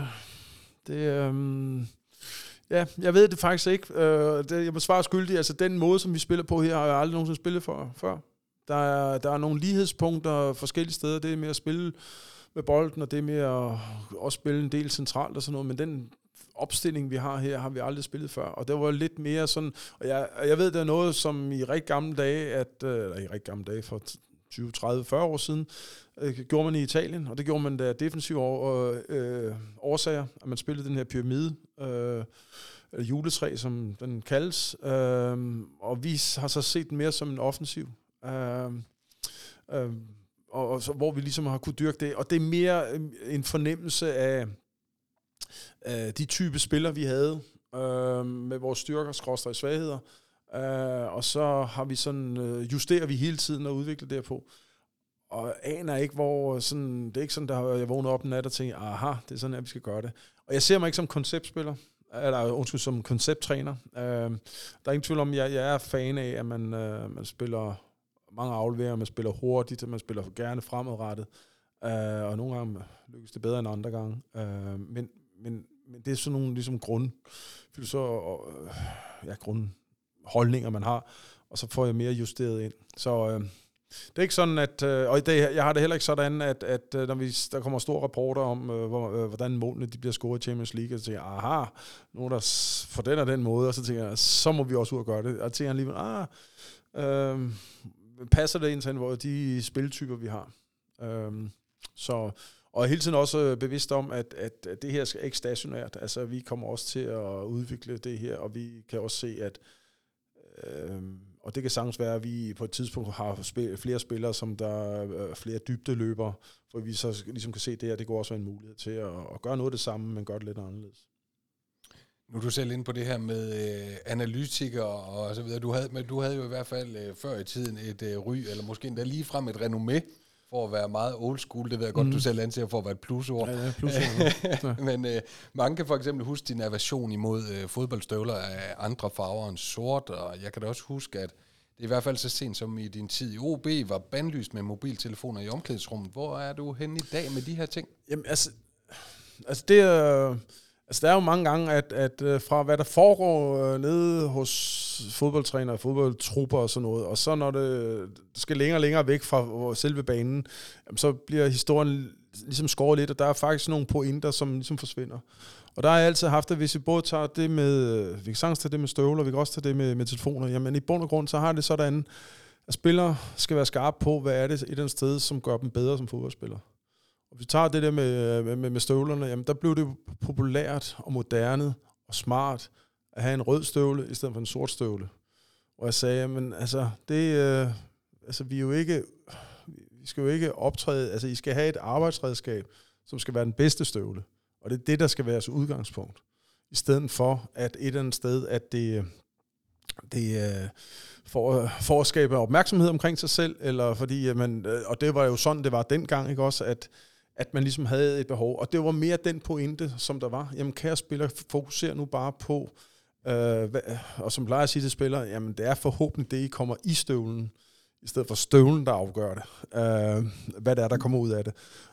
jeg ved det faktisk ikke. Jeg må svare skyldig. Altså den måde, som vi spiller på her, har jeg aldrig nogensinde spillet før. Der er nogle lighedspunkter forskellige steder. Det er med at spille med bolden, og det er med at også spille en del centralt og sådan noget. Men den opstilling, vi har her, har vi aldrig spillet før. Og det var lidt mere sådan... Og jeg ved, det er noget, som i rigtig gamle dage, for 20, 30, 40 år siden, gjorde man i Italien. Og det gjorde man der defensive årsager, at man spillede den her pyramide, juletræ, som den kaldes. Og vi har så set den mere som en offensiv. Og så, hvor vi ligesom har kunnet dyrke det. Og det er mere en fornemmelse af de type spillere, vi havde, med vores styrker, skråstreg svagheder. Og så har vi sådan, justerer vi hele tiden og udvikler derpå. Og aner ikke, hvor sådan, det er ikke sådan, der jeg vågner op en nat og tænker, aha, det er sådan, at vi skal gøre det. Og jeg ser mig ikke som konceptspiller, eller som koncepttræner. Der er ingen tvivl om, jeg er fan af, at man spiller mange afleveringer, man spiller hurtigt, man spiller gerne fremadrettet, og nogle gange lykkes det bedre end andre gange. Men det er sådan nogle ligesom grundholdninger, man har, og så får jeg mere justeret ind. Så Det er ikke sådan, at, og jeg har det heller ikke sådan, at når der kommer store rapporter om, hvordan målene de bliver scoret i Champions League, og så tænker jeg, aha, nogen der for den og den måde, og så tænker jeg, så må vi også ud og gøre det. Og så tænker jeg alligevel, passer det ind til de spiltyper, vi har. Og hele tiden også bevidst om, at det her er ikke stationært. Altså, vi kommer også til at udvikle det her, og vi kan også se, at og det kan sagtens være, at vi på et tidspunkt har flere spillere, som der er flere dybdeløbere, for vi så ligesom kan se det her, det går også være en mulighed til at gøre noget af det samme, men gøre det lidt anderledes. Nu er du selv inde på det her med analytikere og så videre. Du havde jo i hvert fald før i tiden et ry, eller måske endda ligefrem et renommé, for at være meget old school. Det ved jeg godt, du selv anser for at være et plusord. Ja, plusord. Ja. Men mange kan for eksempel huske din aversion imod fodboldstøvler af andre farver end sort, og jeg kan da også huske, at det i hvert fald så sent som i din tid i OB var bandlyst med mobiltelefoner i omklædningsrummet. Hvor er du henne i dag med de her ting? Jamen, altså det er... Altså, der er jo mange gange, at fra hvad der foregår nede hos fodboldtrænere, fodboldtrupper og sådan noget, og så når det skal længere og længere væk fra selve banen, jamen, så bliver historien ligesom skåret lidt, og der er faktisk nogle pointer, som ligesom forsvinder. Og der har jeg altid haft det, hvis vi både tager det med, vi kan sagtens tage det med støvler, vi kan også tage det med telefoner, jamen i bund og grund, så har det sådan, at spillere skal være skarpe på, hvad er det et eller andet sted, som gør dem bedre som fodboldspillere. Og vi tager det der med støvlerne, jamen der blev det populært og moderne og smart at have en rød støvle i stedet for en sort støvle. Og jeg sagde, men altså vi skal jo ikke optræde, altså I skal have et arbejdsredskab, som skal være den bedste støvle. Og det er det, der skal være så udgangspunkt. I stedet for, at et eller andet sted, at det for at skabe opmærksomhed omkring sig selv, eller fordi man, og det var jo sådan, det var dengang, ikke også, at man ligesom havde et behov. Og det var mere den pointe, som der var. Jamen, kære spillere, fokuser nu bare på, og som plejer at sige til spillere, jamen, det er forhåbentlig det, I kommer i støvlen, i stedet for støvlen, der afgør det. Hvad det er, der kommer ud af det.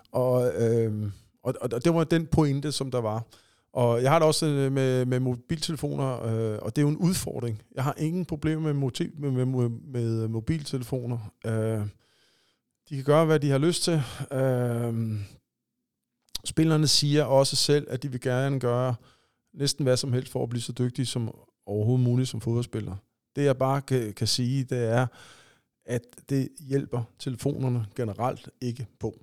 Og det var den pointe, som der var. Og jeg har det også med mobiltelefoner, og det er jo en udfordring. Jeg har ingen problemer med mobiltelefoner. De kan gøre, hvad de har lyst til. Spillerne siger også selv, at de vil gerne gøre næsten hvad som helst for at blive så dygtige som overhovedet muligt som fodboldspillere. Det jeg bare kan sige, det er, at det hjælper telefonerne generelt ikke på,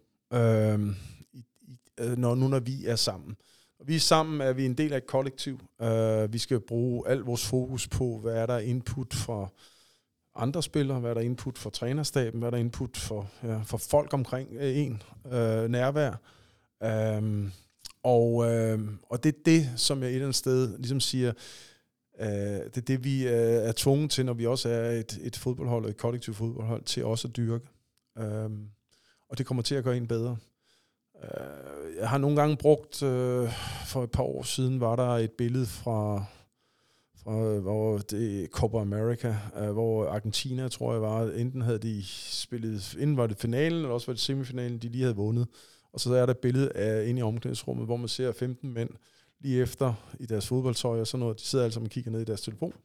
når vi er sammen. Når vi er sammen, er vi en del af et kollektiv. Vi skal bruge al vores fokus på, hvad er der input fra andre spillere, hvad er der input for trænerstaben, hvad er der input for folk omkring nærvær. Og det er det, som jeg et eller andet sted ligesom siger, det er det, vi er tvunget til, når vi også er et fodboldhold, et kollektivt fodboldhold, til også at dyrke. Og det kommer til at gøre en bedre. Jeg har nogle gange brugt, for et par år siden, var der et billede fra hvor det Copa America, hvor Argentina, tror jeg var, enten havde de spillet, inden var det finalen, eller også var det semifinalen, de lige havde vundet. Og så er der et billede af inde i omklædningsrummet, hvor man ser 15 mænd lige efter i deres fodboldtøj og sådan noget. De sidder alle sammen og kigger ned i deres telefon.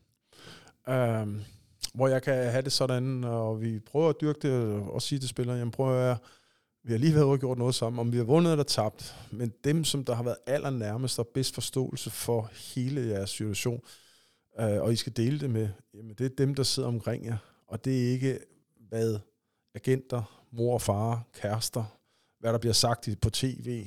Hvor jeg kan have det sådan, og vi prøver at dyrke det og sige til spillere, jamen prøver at vi har lige været og gjort noget sammen, om vi har vundet eller tabt, men dem, som der har været allernærmest og bedst forståelse for hele jeres situation, og I skal dele det med, jamen det er dem, der sidder omkring jer, og det er ikke, hvad agenter, mor og far, kærester, hvad der bliver sagt på tv,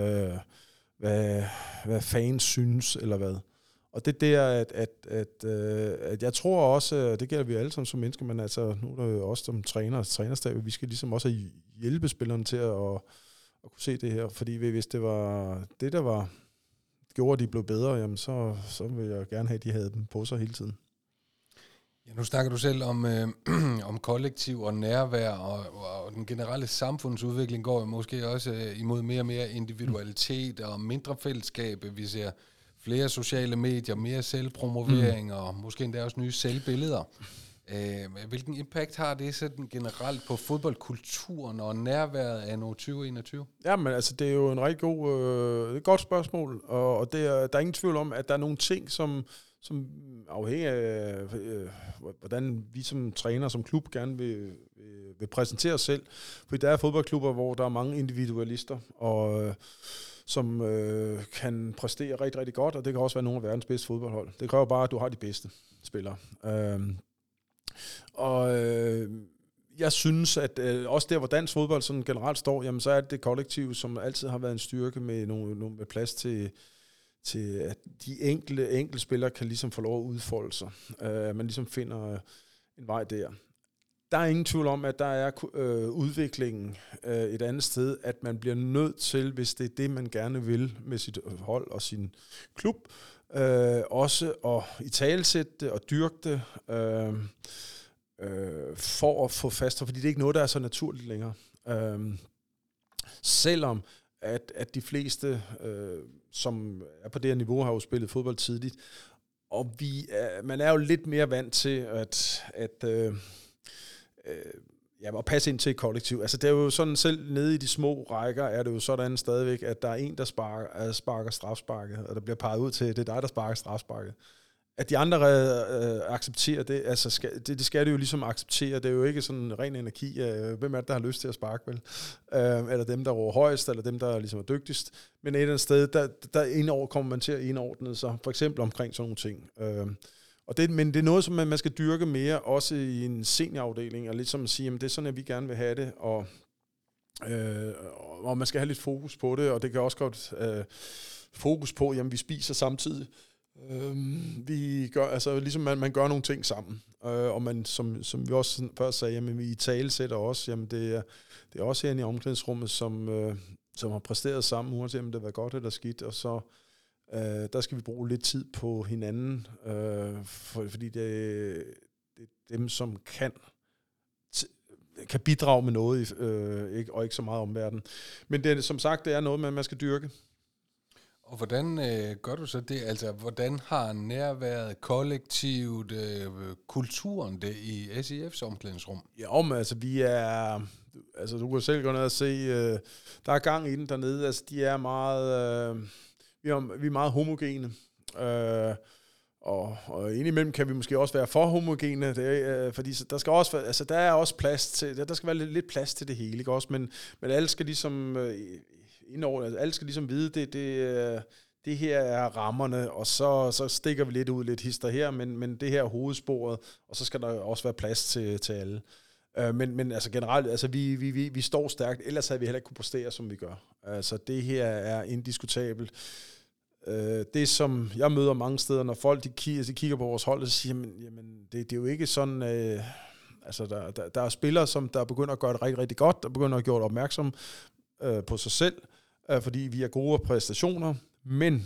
hvad fans synes, eller hvad. Og det der, at jeg tror også, det gælder vi alle sammen som mennesker, men altså, nu er det jo også som trænerstab, vi skal ligesom også hjælpe spillerne til at kunne se det her, fordi hvis det var det, der var gjorde, at de blev bedre, jamen så vil jeg gerne have, at de havde dem på sig hele tiden. Ja, nu snakker du selv om kollektiv og nærvær, og den generelle samfundsudvikling går måske også imod mere og mere individualitet og mindre fællesskab. Vi ser flere sociale medier, mere selvpromovering og måske endda også nye selvbilleder. Hvilken impact har det sådan generelt på fodboldkulturen og nærværet af 2021? Jamen altså, det er jo en rigtig et godt spørgsmål, og der er ingen tvivl om, at der er nogle ting, som afhænger af, hvordan vi som træner, som klub gerne vil præsentere os selv. Fordi der er fodboldklubber, hvor der er mange individualister, og som kan præstere rigtig, rigtig godt, og det kan også være nogle af verdens bedste fodboldhold. Det kræver bare, at du har de bedste spillere. Jeg synes, at også der, hvor dansk fodbold sådan generelt står, jamen, så er det kollektiv, som altid har været en styrke med plads til at de enkelte spillere kan ligesom få lov at udfolde sig. Man ligesom finder en vej der. Der er ingen tvivl om, at der er udviklingen et andet sted, at man bliver nødt til, hvis det er det, man gerne vil med sit hold og sin klub, også at italesætte det og dyrke det, for at få fast, fordi det er ikke noget, der er så naturligt længere. Selvom at de fleste, som er på det her niveau, har jo spillet fodbold tidligt, og man er jo lidt mere vant til at passe ind til et kollektiv. Altså det er jo sådan, selv nede i de små rækker, er det jo sådan stadigvæk, at der er en, der sparker strafsparket, og der bliver peget ud til, det er dig, der sparker strafsparket. At de andre accepterer det, altså det skal det jo ligesom acceptere. Det er jo ikke sådan ren energi. Hvem er det, der har lyst til at sparke, vel? Eller dem, der råber højst, eller dem, der ligesom er dygtigst. Men et eller andet sted, der kommer man til at indordne sig, for eksempel omkring sådan nogle ting. Men det er noget, som man skal dyrke mere, også i en seniorafdeling, og ligesom at sige, at det er sådan, at vi gerne vil have det, og man skal have lidt fokus på det, og det kan også godt fokus på, jamen vi spiser samtidig. Vi gør, altså ligesom man gør nogle ting sammen, og man, som vi også først sagde, jamen vi italesætter også, jamen det er også herinde i omklædningsrummet, som har præsteret sammen, uanset om det har været godt eller skidt, og så der skal vi bruge lidt tid på hinanden, fordi det er dem, som kan bidrage med noget, og ikke så meget omverden. Men det, som sagt, det er noget, man skal dyrke. Og hvordan gør du så det? Altså, hvordan har nærværet, kollektivt, kulturen det i SIF's omklædningsrum? Ja, men altså, vi er... Altså, du kan selv gå ned og se, der er gang i den dernede. Altså, de er meget... vi er meget homogene. Og indimellem kan vi måske også være for homogene, fordi der skal også være, altså der er også plads til, der skal være lidt plads til det hele, ikke også? Men alle skal ligesom indover, altså alle skal ligesom vide det her er rammerne, og så stikker vi lidt ud, lidt hister her, men det her er hovedsporet, og så skal der også være plads til alle. Men altså generelt, altså vi står stærkt, ellers havde vi heller ikke kunne præstere, som vi gør. Altså det her er indiskutabelt. Det som jeg møder mange steder, når folk de kigger på vores hold, og siger, jamen det er jo ikke sådan, altså der er spillere, som der begynder at gøre det rigtig, rigtig godt, der begynder at gøre det opmærksom på sig selv, fordi vi er gode præstationer, men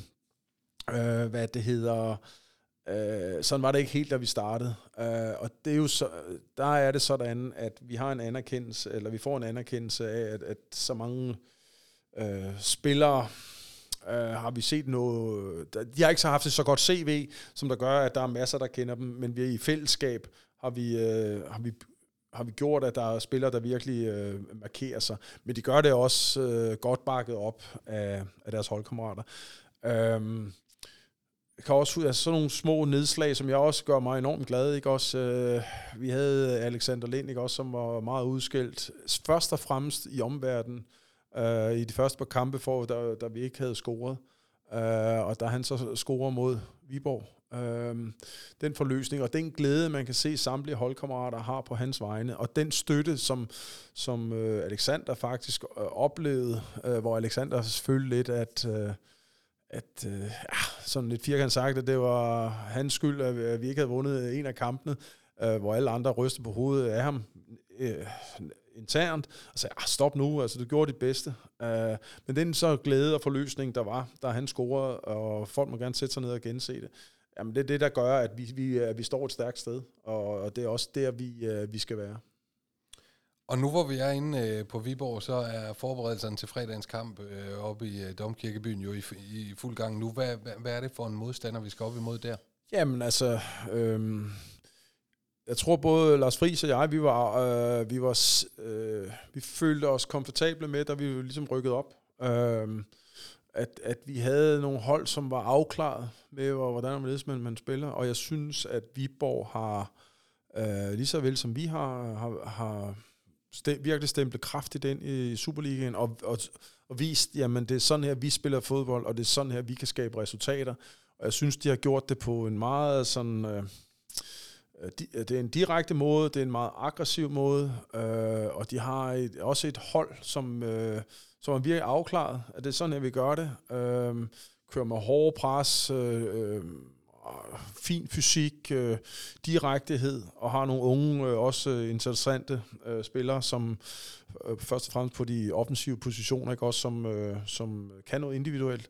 sådan var det ikke helt, da vi startede. Og det er jo der er det sådan, at vi har en anerkendelse, eller vi får en anerkendelse af, at så mange spillere har vi set noget. De har ikke så haft et så godt CV, som der gør, at der er masser, der kender dem, men vi i fællesskab har vi gjort, at der er spillere, der virkelig markerer sig. Men de gør det også godt bakket op af deres holdkammerater. Jeg kan også altså sådan nogle små nedslag, som jeg også gør mig enormt glad, ikke også? Vi havde Alexander Lind, ikke også, som var meget udskilt. Først og fremmest i omverdenen, i de første par kampe, da vi ikke havde scoret. Og da han så scorer mod Viborg. Den forløsning og den glæde, man kan se samtlige holdkammerater har på hans vegne, og den støtte, som Alexander faktisk oplevede, hvor Alexander følte lidt, at sådan lidt firkantet sagt, at det var hans skyld, at vi ikke havde vundet en af kampene, hvor alle andre rystede på hovedet af ham internt, og sagde, stop nu, altså du gjorde dit bedste. Men den så glæde og forløsning, der var, da han scorede, og folk må gerne sætte sig ned og gense det, jamen det er det, der gør, at vi står et stærkt sted, og det er også der, vi skal være. Og nu hvor vi er inde på Viborg, så er forberedelserne til fredagens kamp oppe i Domkirkebyen jo i fuld gang nu. Hvad er det for en modstander, vi skal op imod der? Jamen altså, jeg tror både Lars Friis og jeg, vi følte os komfortable med, da vi ligesom rykkede op. At vi havde nogle hold, som var afklaret med, hvordan man spiller. Og jeg synes, at Viborg har, lige så vel som vi har virkelig stemplet kraftigt ind i Superligaen, og vist, jamen det er sådan her, vi spiller fodbold, og det er sådan her, vi kan skabe resultater. Og jeg synes, de har gjort det på en meget sådan... det er en direkte måde, det er en meget aggressiv måde, og de har også et hold, som er virkelig afklaret, at det er sådan her, vi gør det. Kører med hårde pres, fin fysik, direktehed, og har nogle unge, også interessante spillere, som først og fremmest på de offensive positioner, ikke også, som kan noget individuelt.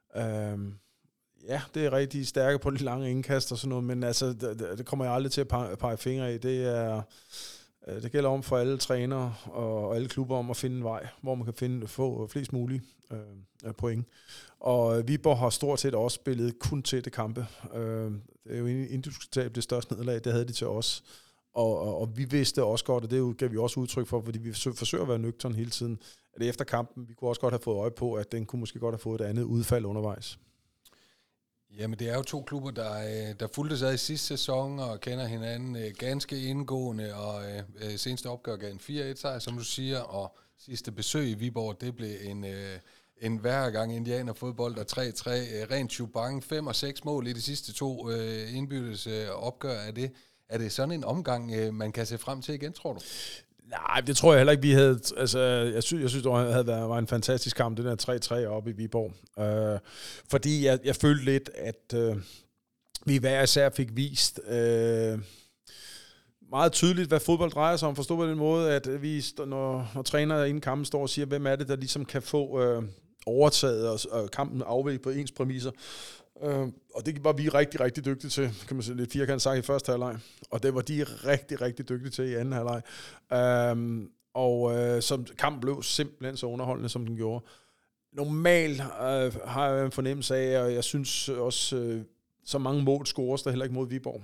Ja, det er rigtig stærke på de lange indkast og sådan noget, men altså, det kommer jeg aldrig til at pege fingre af. Det gælder om for alle trænere og alle klubber om at finde en vej, hvor man kan få flest mulige point. Og Viborg har stort set også spillet kun tætte kampe. Det er jo indiskutabelt det største nederlag, det havde de til os. Og vi vidste også godt, og det gav vi også udtryk for, fordi vi forsøger at være nøgtern hele tiden, at efter kampen, vi kunne også godt have fået øje på, at den kunne måske godt have fået et andet udfald undervejs. Jamen, det er jo to klubber, der fulgtes ad i sidste sæson og kender hinanden ganske indgående, og seneste opgør gav en 4-1-sejr, som du siger, og sidste besøg i Viborg, det blev en hver gang indianerfodbold, der 3-3, rent chubang, 5 og 6 mål i de sidste 2 indbyttes opgør. Er det sådan en omgang, man kan se frem til igen, tror du? Nej, det tror jeg heller ikke, vi havde... Altså, jeg synes, det var en fantastisk kamp, den der 3-3 oppe i Viborg. Fordi jeg følte lidt, at vi hver især fik vist meget tydeligt, hvad fodbold drejer sig om. Forstå på den måde, at vi, når trænere inden kampen står og siger, hvem er det, der ligesom kan få overtaget og kampen afvæg på ens præmisser. Og det var vi rigtig, rigtig dygtige til, kan man sige lidt firkantet sagt, i første halvleg. Og det var de rigtig, rigtig dygtige til i anden halvleg. Så kampen blev simpelthen så underholdende, som den gjorde. Normalt har jeg en fornemmelse af, og jeg synes også, så mange mål scores der heller ikke mod Viborg.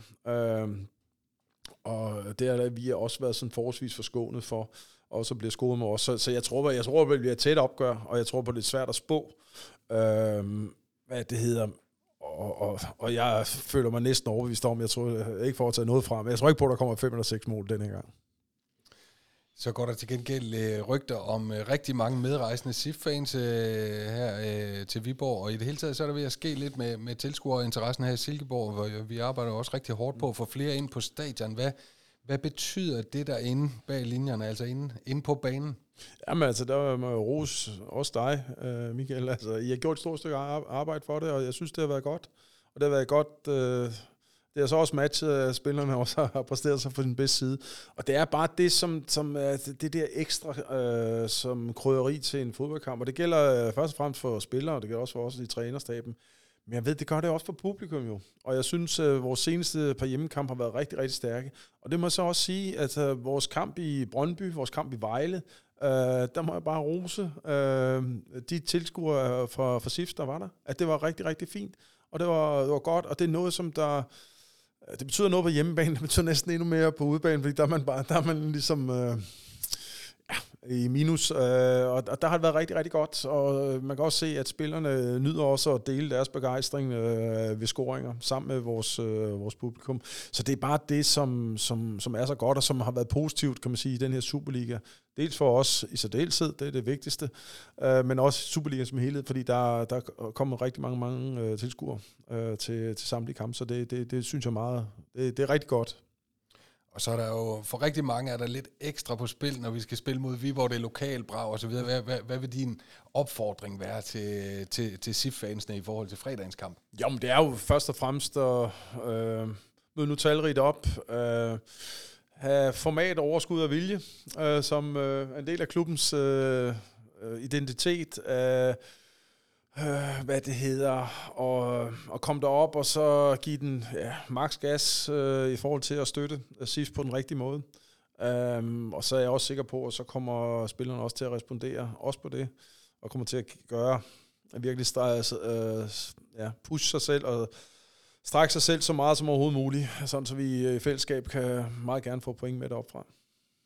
Og det har vi også været sådan forholdsvis forskånet for, også at blive scoret med os. Så jeg tror, at det bliver et tæt opgør, og jeg tror på, det er svært at spå, hvad det hedder. Og jeg føler mig næsten overbevist om, jeg tror jeg ikke får at tage noget fra, men jeg tror ikke på, at der kommer 5 eller 6 mål denne gang. Så går der til gengæld rygter om rigtig mange medrejsende SIF-fans her til Viborg, og i det hele taget så er der ved at ske lidt med tilskuerinteressen her i Silkeborg, hvor vi arbejder også rigtig hårdt på at få flere ind på stadion. Hvad betyder det derinde bag linjerne, altså inde på banen? Jamen altså, der må jeg rose også dig, Michael. Altså, I har gjort et stort stykke arbejde for det, og jeg synes, det har været godt. Og det har været godt... Det er så også matchet, at spillerne også har præsteret sig på den bedste side. Og det er bare det, som det der ekstra som krydderi til en fodboldkamp. Og det gælder først og fremmest for spillere, og det gælder også for os i trænerstaben. Men jeg ved, det gør det også for publikum jo. Og jeg synes, vores seneste par hjemmekamp har været rigtig, rigtig stærke. Og det må jeg så også sige, at vores kamp i Brøndby, vores kamp i Vejle, der må jeg bare rose de tilskuere fra SIF, der var der. At det var rigtig, rigtig fint. Og det var godt, og det er noget, som der... Det betyder noget på hjemmebane, det betyder næsten endnu mere på udebane, fordi der er man ligesom i minus, og der har det været rigtig, rigtig godt, og man kan også se, at spillerne nyder også at dele deres begejstring ved scoringer sammen med vores publikum. Så det er bare det, som er så godt, og som har været positivt, kan man sige, i den her Superliga. Dels for os i særdeleshed, det er det vigtigste, men også Superliga som helhed, fordi der kommer rigtig mange tilskuere til samtlige kampe, så det synes jeg meget, det er rigtig godt. Og så er der jo, for rigtig mange er der lidt ekstra på spil, når vi skal spille mod Viborg, det er lokalbrag og så videre. Hvad vil din opfordring være til SIF-fansene i forhold til fredagens kamp? Jamen, det er jo først og fremmest at møde nu talrigt op, have format, overskud og vilje, som en del af klubbens identitet, hvad det hedder, og komme derop og så give den maks gas i forhold til at støtte SIF på den rigtige måde. Og så er jeg også sikker på, at så kommer spillerne også til at respondere også på det, og kommer til at gøre virkelig push sig selv og strække sig selv så meget som overhovedet muligt, sådan så vi i fællesskab kan meget gerne få point med deroppe fra.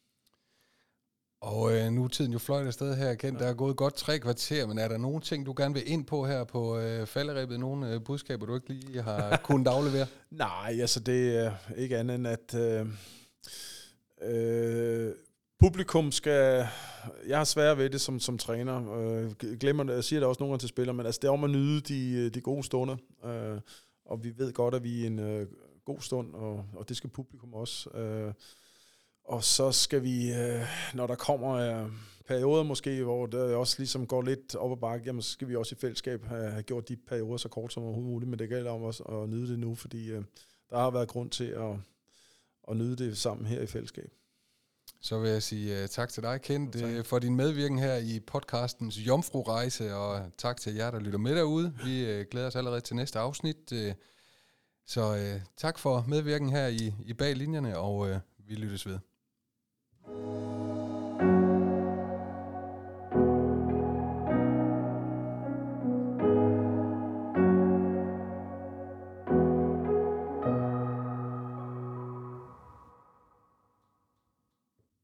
Og nu er tiden jo fløjt afsted her, Kent. Der er gået godt 3 kvarter, men er der nogle ting, du gerne vil ind på her på falderebet? Nogle budskaber, du ikke lige har kunnet aflevere? Nej, altså det er ikke andet end, at publikum skal... Jeg har svært ved det som træner. Jeg siger det også nogle gange til spillere, men altså, det er om at nyde de gode stunder. Og vi ved godt, at vi er en god stund, og det skal publikum også. Og så skal vi, når der kommer perioder måske, hvor det også ligesom går lidt op ad bakke, jamen, så skal vi også i fællesskab have gjort de perioder så kort som overhovedet muligt, men det gælder om også at nyde det nu, fordi der har været grund til at nyde det sammen her i fællesskab. Så vil jeg sige tak til dig, Kent, for din medvirken her i podcastens Jomfru-rejse, og tak til jer, der lytter med derude. Vi glæder os allerede til næste afsnit. Så tak for medvirken her i Bag Linjerne, og vi lyttes ved.